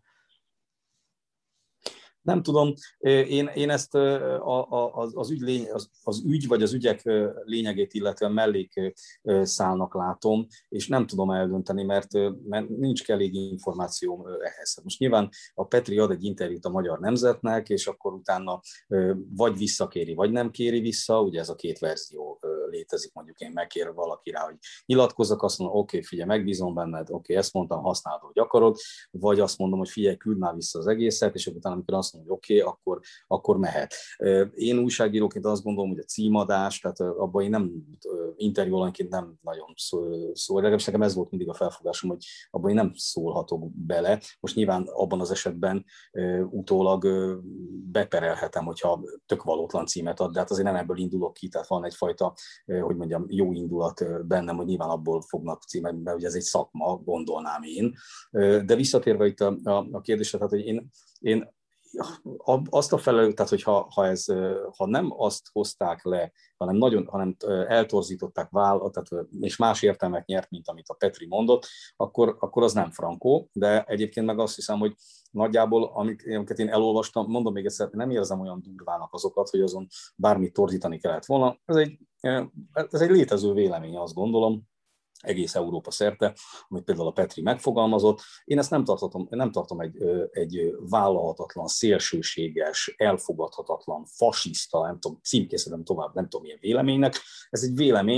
Nem tudom, én, én ezt a, a, az, ügy lény, az, az ügy vagy az ügyek lényegét illetően mellékszálnak látom, és nem tudom eldönteni, mert, mert nincs elég információm ehhez. Most nyilván a Petri ad egy interjút a Magyar Nemzetnek, és akkor utána vagy visszakéri, vagy nem kéri vissza, ugye ez a két verzió létezik, mondjuk én megkér valaki rá, hogy nyilatkozzak, azt mondom, oké, okay, figyelj, megbízom benned, oké, okay, ezt mondtam, használd, hogy akarod, vagy azt mondom, hogy figyelj, küld már vissza az egészet, és utána, amikor azt mondom, hogy oké, okay, akkor, akkor mehet. Én újságíróként azt gondolom, hogy a címadás, tehát abban én nem interjúalanként nem nagyon szól, szól, legalábbis nekem ez volt mindig a felfogásom, hogy abban én nem szólhatok bele. Most nyilván abban az esetben utólag beperelhetem, hogyha tök valótlan címet ad, de hát azért nem ebből indulok ki, tehát van egyfajta, hogy mondjam, jó indulat bennem, hogy nyilván abból fognak címet, mert ugye ez egy szakma, gondolnám én. De visszatérve itt a, a, a kérdésre, tehát hogy én, én azt a felelőt, tehát hogyha ha ez, ha nem azt hozták le, hanem nagyon, hanem eltorzították váll, tehát, és más értelmet nyert, mint amit a Petri mondott, akkor, akkor az nem frankó, de egyébként meg azt hiszem, hogy nagyjából, amiket én elolvastam, mondom még egyszer, nem érzem olyan durvának azokat, hogy azon bármit torzítani kellett volna. Ez egy, ez egy létező vélemény, azt gondolom, egész Európa szerte, amit például a Petri megfogalmazott. Én ezt nem tartom, nem tartom egy, egy vállalhatatlan, szélsőséges, elfogadhatatlan, fasiszta, nem tudom, címkészítem tovább, nem tudom milyen véleménynek. Ez egy vélemény,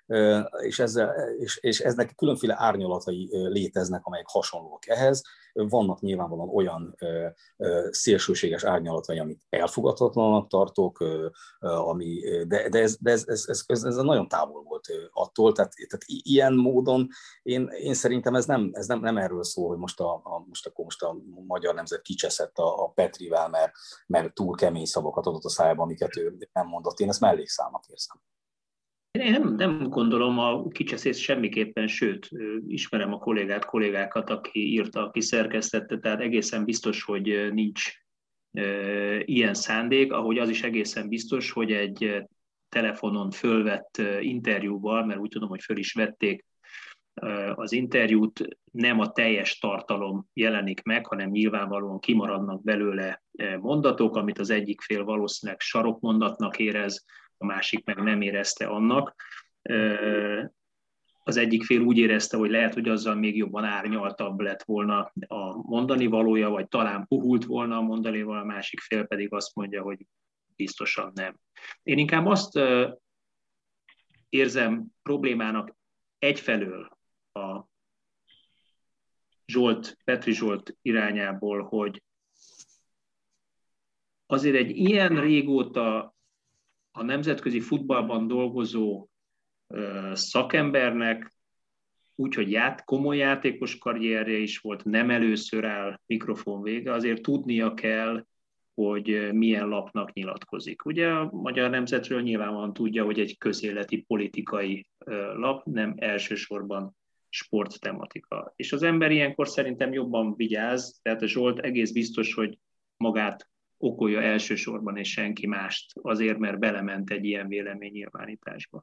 és, ezzel, és, és eznek különféle árnyalatai léteznek, amelyek hasonlók ehhez. Vannak nyilvánvalóan olyan szélsőséges árnyalatai, amit elfogadhatatlanak tartok, ami, de, de, ez, de ez, ez, ez, ez, ez nagyon távol volt attól, tehát, tehát ilyen módon én, én szerintem ez, nem, ez nem, nem erről szól, hogy most a, a, most, akkor most a magyar nemzet kicseszett a, a Petrivel, mert, mert túl kemény szavakat adott a szájába, amiket ő nem mondott. Én ezt mellékszámnak érzem. Én nem, nem gondolom a kicseszést semmiképpen, sőt, ismerem a kollégát, kollégákat, aki írta, aki szerkesztette, tehát egészen biztos, hogy nincs e, ilyen szándék, ahogy az is egészen biztos, hogy egy telefonon fölvett interjúval, mert úgy tudom, hogy föl is vették az interjút, nem a teljes tartalom jelenik meg, hanem nyilvánvalóan kimaradnak belőle mondatok, amit az egyik fél valószínűleg sarokmondatnak érez, a másik meg nem érezte annak. Az egyik fél úgy érezte, hogy lehet, hogy azzal még jobban árnyaltabb lett volna a mondani valója, vagy talán puhult volna a mondani valója, a másik fél pedig azt mondja, hogy biztosan nem. Én inkább azt érzem problémának egyfelől a Zsolt, Petri Zsolt irányából, hogy azért egy ilyen régóta a nemzetközi futballban dolgozó szakembernek, úgyhogy ját, komoly játékos karrierje is volt, nem először áll mikrofon vége, azért tudnia kell, hogy milyen lapnak nyilatkozik. Ugye a Magyar Nemzetről nyilvánvalóan tudja, hogy egy közéleti politikai lap, nem elsősorban sporttematika. És az ember ilyenkor szerintem jobban vigyáz, tehát a Zsolt egész biztos, hogy magát okolja elsősorban és senki mást, azért, mert belement egy ilyen véleménynyilvánításba.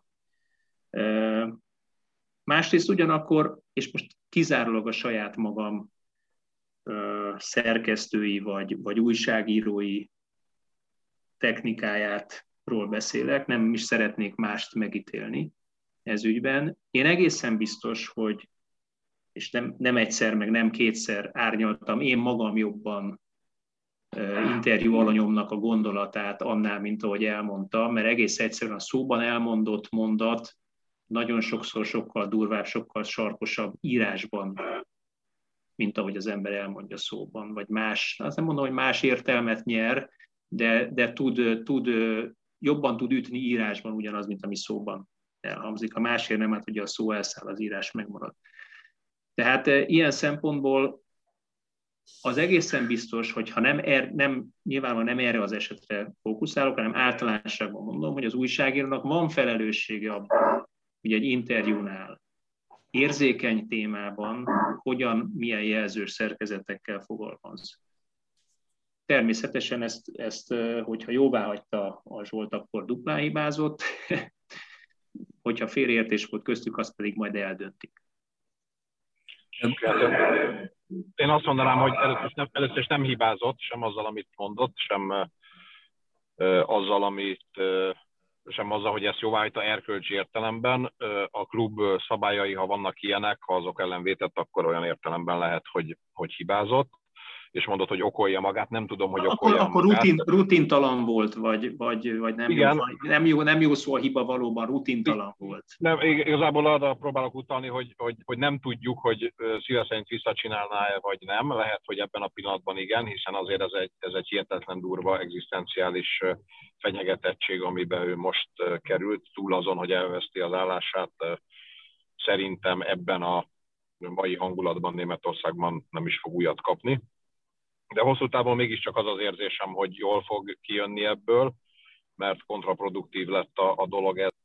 Másrészt ugyanakkor, és most kizárólag a saját magam szerkesztői vagy, vagy újságírói technikájátról beszélek, nem is szeretnék mást megítélni ez ügyben. Én egészen biztos, hogy, és nem, nem egyszer, meg nem kétszer árnyaltam én magam jobban interjú alanyomnak a gondolatát annál, mint ahogy elmondta, mert egész egyszerűen a szóban elmondott mondat nagyon sokszor sokkal durvább, sokkal sarkosabb írásban, mint ahogy az ember elmondja szóban, vagy más, azt nem mondom, hogy más értelmet nyer, de, de tud, tud, jobban tud ütni írásban ugyanaz, mint ami szóban elhangzik. A másért nem, hát ugye a szó elszáll, az írás megmarad. Tehát ilyen szempontból az egészen biztos, hogy ha nem, er, nem nyilvánvalóan nem erre az esetre fókuszálok, hanem általánosságban mondom, hogy az újságírónak van felelőssége abban, hogy egy interjúnál érzékeny témában hogyan, milyen jelzős szerkezetekkel fogalmaz. Természetesen ezt, ezt hogyha jóvá hagyta a Zsolt, akkor duplán hibázott, hogyha félreértés volt köztük, azt pedig majd eldöntik. Én azt mondanám, hogy először is, nem, először is nem hibázott, sem azzal, amit mondott, sem uh, azzal, amit, uh, sem azzal, hogy ezt jóváhagyta erkölcsi értelemben. Uh, a klub szabályai, ha vannak ilyenek, ha azok ellen vétett, akkor olyan értelemben lehet, hogy, hogy hibázott. És mondott, hogy okolja magát, nem tudom, hogy okolja akkor, akkor rutin, rutintalan volt, vagy, vagy, vagy nem, jó, nem, jó, nem jó szó a hiba, valóban rutintalan volt. Nem, igazából arra próbálok utalni, hogy, hogy, hogy nem tudjuk, hogy szíve szerint visszacsinálná-e, vagy nem. Lehet, hogy ebben a pillanatban igen, hiszen azért ez egy, ez egy hihetetlen durva, egzisztenciális fenyegetettség, amiben ő most került, túl azon, hogy elveszti az állását. Szerintem ebben a mai hangulatban Németországban nem is fog újat kapni. De hosszú távon mégiscsak az az érzésem, hogy jól fog kijönni ebből, mert kontraproduktív lett a, a dolog. Ez.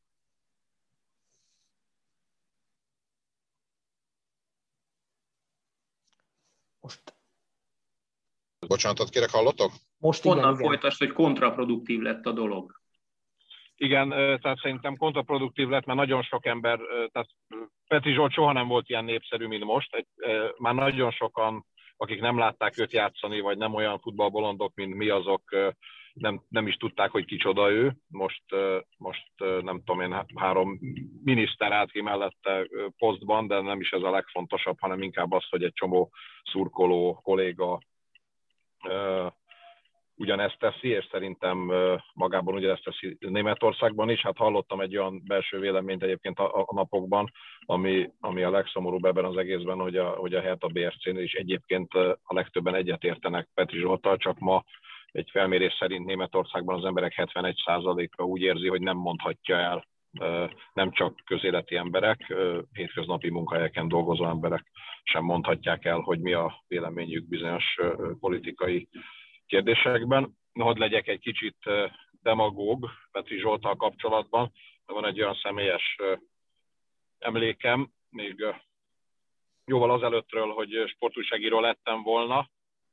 Most. Bocsánatot kérek, hallottok? Most onnan folytasd, hogy kontraproduktív lett a dolog. Igen, tehát szerintem kontraproduktív lett, mert nagyon sok ember, tehát Petri Zsolt soha nem volt ilyen népszerű, mint most. Már nagyon sokan, akik nem látták őt játszani, vagy nem olyan futballbolondok, mint mi, azok nem, nem is tudták, hogy kicsoda ő. Most, most nem tudom én, három miniszter állt ki mellette posztban, de nem is ez a legfontosabb, hanem inkább az, hogy egy csomó szurkoló kolléga ugyanezt teszi, és szerintem magában ugyanezt teszi Németországban is. Hát hallottam egy olyan belső véleményt egyébként a, a napokban, ami, ami a legszomorúbb ebben az egészben, hogy a, hogy a Hertha bé es cé-nél is egyébként a legtöbben egyetértenek Petri Zsolttal, csak ma egy felmérés szerint Németországban az emberek hetvenegy százaléka úgy érzi, hogy nem mondhatja el, nem csak közéleti emberek, hétköznapi munkahelyeken dolgozó emberek sem mondhatják el, hogy mi a véleményük bizonyos politikai kérdésekben. Hadd legyek egy kicsit demagóg Petri Zsolttal kapcsolatban. Van egy olyan személyes emlékem, még jóval azelőttről, hogy sportújságíró lettem volna,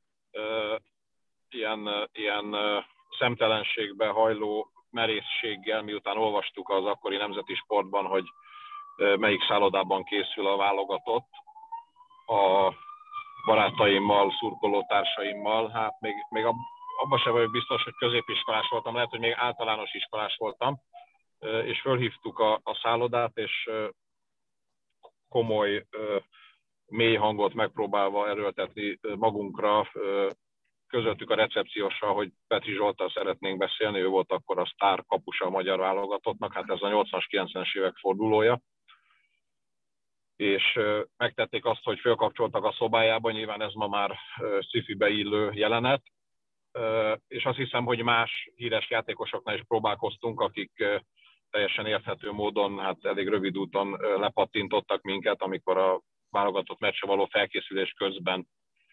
ilyen, ilyen szemtelenségbe hajló merészséggel, miután olvastuk az akkori Nemzeti Sportban, hogy melyik szállodában készül a válogatott, a barátaimmal, szurkolótársaimmal, hát még, még abban sem vagyok biztos, hogy középiskolás voltam, lehet, hogy még általános iskolás voltam, és fölhívtuk a, a szállodát, és komoly, mély hangot megpróbálva erőltetni magunkra, közöltük a recepcióssal, hogy Petri Zsolttal szeretnénk beszélni, ő volt akkor a sztár kapusa a magyar válogatottnak, hát ez a nyolcvanas, kilencvenes évek fordulója. És megtették azt, hogy fölkapcsoltak a szobájába, nyilván ez ma már sci-fibe illő jelenet, és azt hiszem, hogy más híres játékosoknál is próbálkoztunk, akik teljesen érthető módon, hát elég rövid úton lepattintottak minket, amikor a válogatott meccsre való felkészülés közben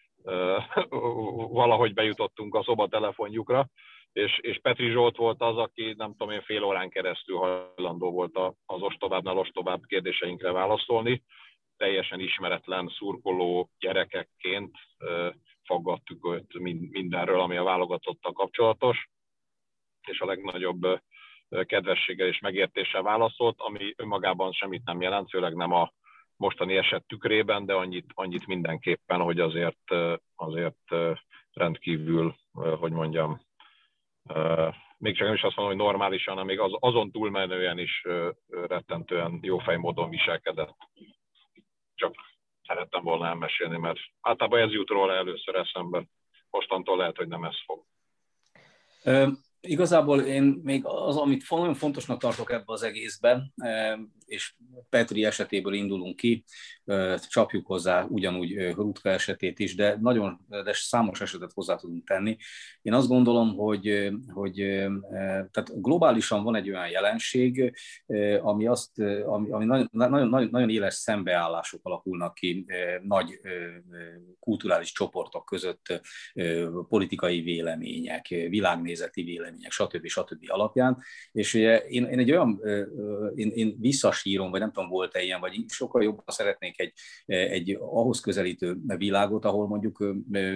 valahogy bejutottunk a szobatelefonjukra, és, és Petri Zsolt volt az, aki nem tudom én fél órán keresztül hajlandó volt az ostobábbnál ostobább kérdéseinkre válaszolni. Teljesen ismeretlen szurkoló gyerekekként faggattuk őt mindenről, ami a válogatottal kapcsolatos, és a legnagyobb kedvességgel és megértéssel válaszolt, ami önmagában semmit nem jelent, főleg nem a mostani eset tükrében, de annyit, annyit mindenképpen, hogy azért, azért rendkívül, hogy mondjam, még csak nem is azt mondom, hogy normálisan, hanem még az, azon túlmenően is rettentően jófej módon viselkedett. Csak szerettem volna elmesélni, mert általában ez jut róla először eszembe. Mostantól lehet, hogy nem ez fog. Igazából én még az, amit nagyon fontosnak tartok ebbe az egészben, és Petri esetéből indulunk ki, csapjuk hozzá ugyanúgy Hrutka esetét is, de nagyon de számos esetet hozzá tudunk tenni. Én azt gondolom, hogy, hogy tehát globálisan van egy olyan jelenség, ami, azt, ami, ami nagyon, nagyon, nagyon éles szembeállások alakulnak ki nagy kulturális csoportok között, politikai vélemények, világnézeti vélemények, stb. stb. Alapján. És ugye én, én egy olyan, én, én visszasírom, vagy nem tudom, volt-e ilyen, vagy sokkal jobban szeretnék egy, egy ahhoz közelítő világot, ahol mondjuk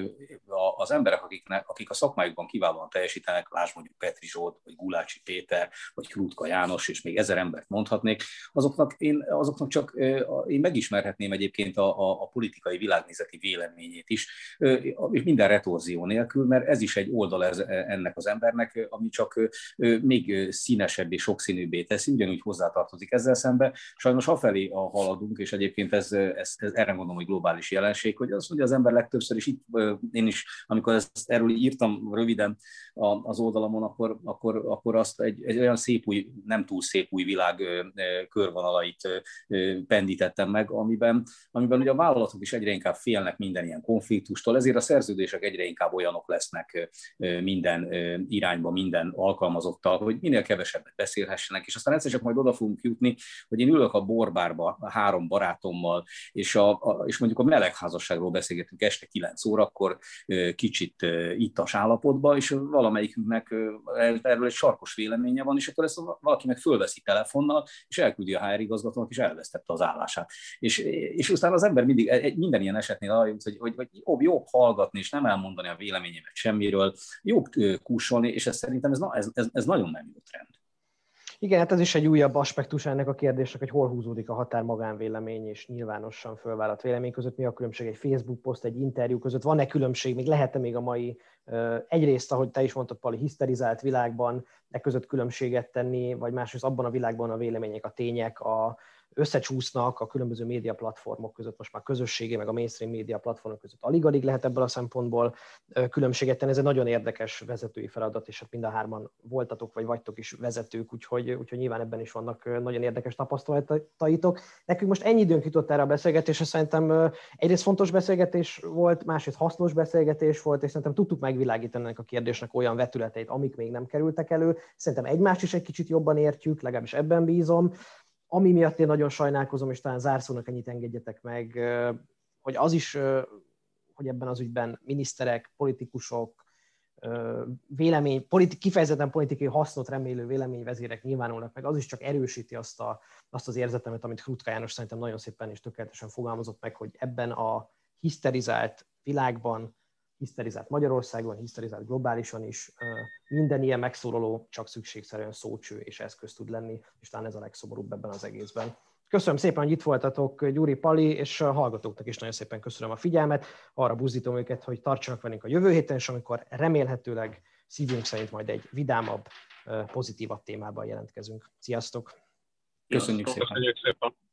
az emberek, akiknek, akik a szakmájukban kiválóan teljesítenek, lásd mondjuk Petri Zsolt, vagy Gulácsi Péter, vagy Hrutka János, és még ezer embert mondhatnék, azoknak én, azoknak csak én megismerhetném egyébként a, a, a politikai világnézeti véleményét is, és minden retorzió nélkül, mert ez is egy oldal ez, ennek az embernek, ami csak még színesebb és sokszínűbbé teszi, ugyanúgy hozzátartozik ezzel szembe. Sajnos afelé haladunk, és egyébként ez, ez, ez erre mondom, hogy globális jelenség, hogy az, hogy az ember legtöbbször is itt, én is, amikor ezt, erről írtam röviden az oldalamon, akkor, akkor, akkor azt egy, egy olyan szép új, nem túl szép új világ körvonalait pendítettem meg, amiben, amiben ugye a vállalatok is egyre inkább félnek minden ilyen konfliktustól, ezért a szerződések egyre inkább olyanok lesznek minden irányba, minden alkalmazottal, hogy minél kevesebbet beszélhessenek, és aztán egyszer csak majd oda fogunk jutni, hogy én ülök a borbárba a három barátommal, és, a, a, és mondjuk a melegházasságról beszélgetünk este kilenc órakor, kicsit ittas állapotban, és valamelyikünknek erről egy sarkos véleménye van, és akkor ezt valaki meg fölveszi telefonnal, és elküldi a há er igazgatónak, és elvesztette az állását. És, és aztán az ember mindig, minden ilyen esetnél arra jut, hogy, hogy, hogy jobb, jobb hallgatni, és nem elmondani a véleményemet semmiről, jobb kúsolni, és ez szerintem ez, ez, ez, ez nagyon nem jó trend. Igen, hát ez is egy újabb aspektus ennek a kérdésnek, hogy hol húzódik a határ magánvélemény és nyilvánosan fölvállalt vélemény között, mi a különbség egy Facebook poszt, egy interjú között, van-e különbség, még lehet-e még a mai, egyrészt, ahogy te is mondtad, Pali, hiszterizált világban e között különbséget tenni, vagy másrészt abban a világban a vélemények, a tények, a, összecsúsznak a különböző média platformok között, most már közösségi, meg a mainstream média platformok között alig-alig lehet ebből a szempontból különbséget tenni. Ez egy nagyon érdekes vezetői feladat, és hát mind a hárman voltatok, vagy vagytok is vezetők, úgyhogy, úgyhogy nyilván ebben is vannak nagyon érdekes tapasztalataitok. Nekünk most ennyi időnk jutott erre a beszélgetésre, szerintem egyrészt fontos beszélgetés volt, másrészt hasznos beszélgetés volt, és szerintem tudtuk megvilágítani ennek a kérdésnek olyan vetületeit, amik még nem kerültek elő. Szerintem egymást is egy kicsit jobban értjük, legalábbis ebben bízom. Ami miatt én nagyon sajnálkozom, és talán zárszónak ennyit engedjetek meg, hogy az is, hogy ebben az ügyben miniszterek, politikusok, vélemény, politi- kifejezetten politikai hasznot remélő véleményvezérek nyilvánulnak meg, az is csak erősíti azt, a, azt az érzetemet, amit Hrutka János szerintem nagyon szépen és tökéletesen fogalmazott meg, hogy ebben a hiszterizált világban, hiszterizált Magyarországon, hiszterizált globálisan is, minden ilyen megszólaló csak szükségszerűen szócső és eszköz tud lenni, és talán ez a legszomorúbb ebben az egészben. Köszönöm szépen, hogy itt voltatok, Gyuri, Pali, és a hallgatóknak is nagyon szépen köszönöm a figyelmet. Arra buzdítom őket, hogy tartsanak velünk a jövő héten, és amikor remélhetőleg szívünk szerint majd egy vidámabb, pozitívabb témában jelentkezünk. Sziasztok! Köszönjük szépen! Köszönjük szépen.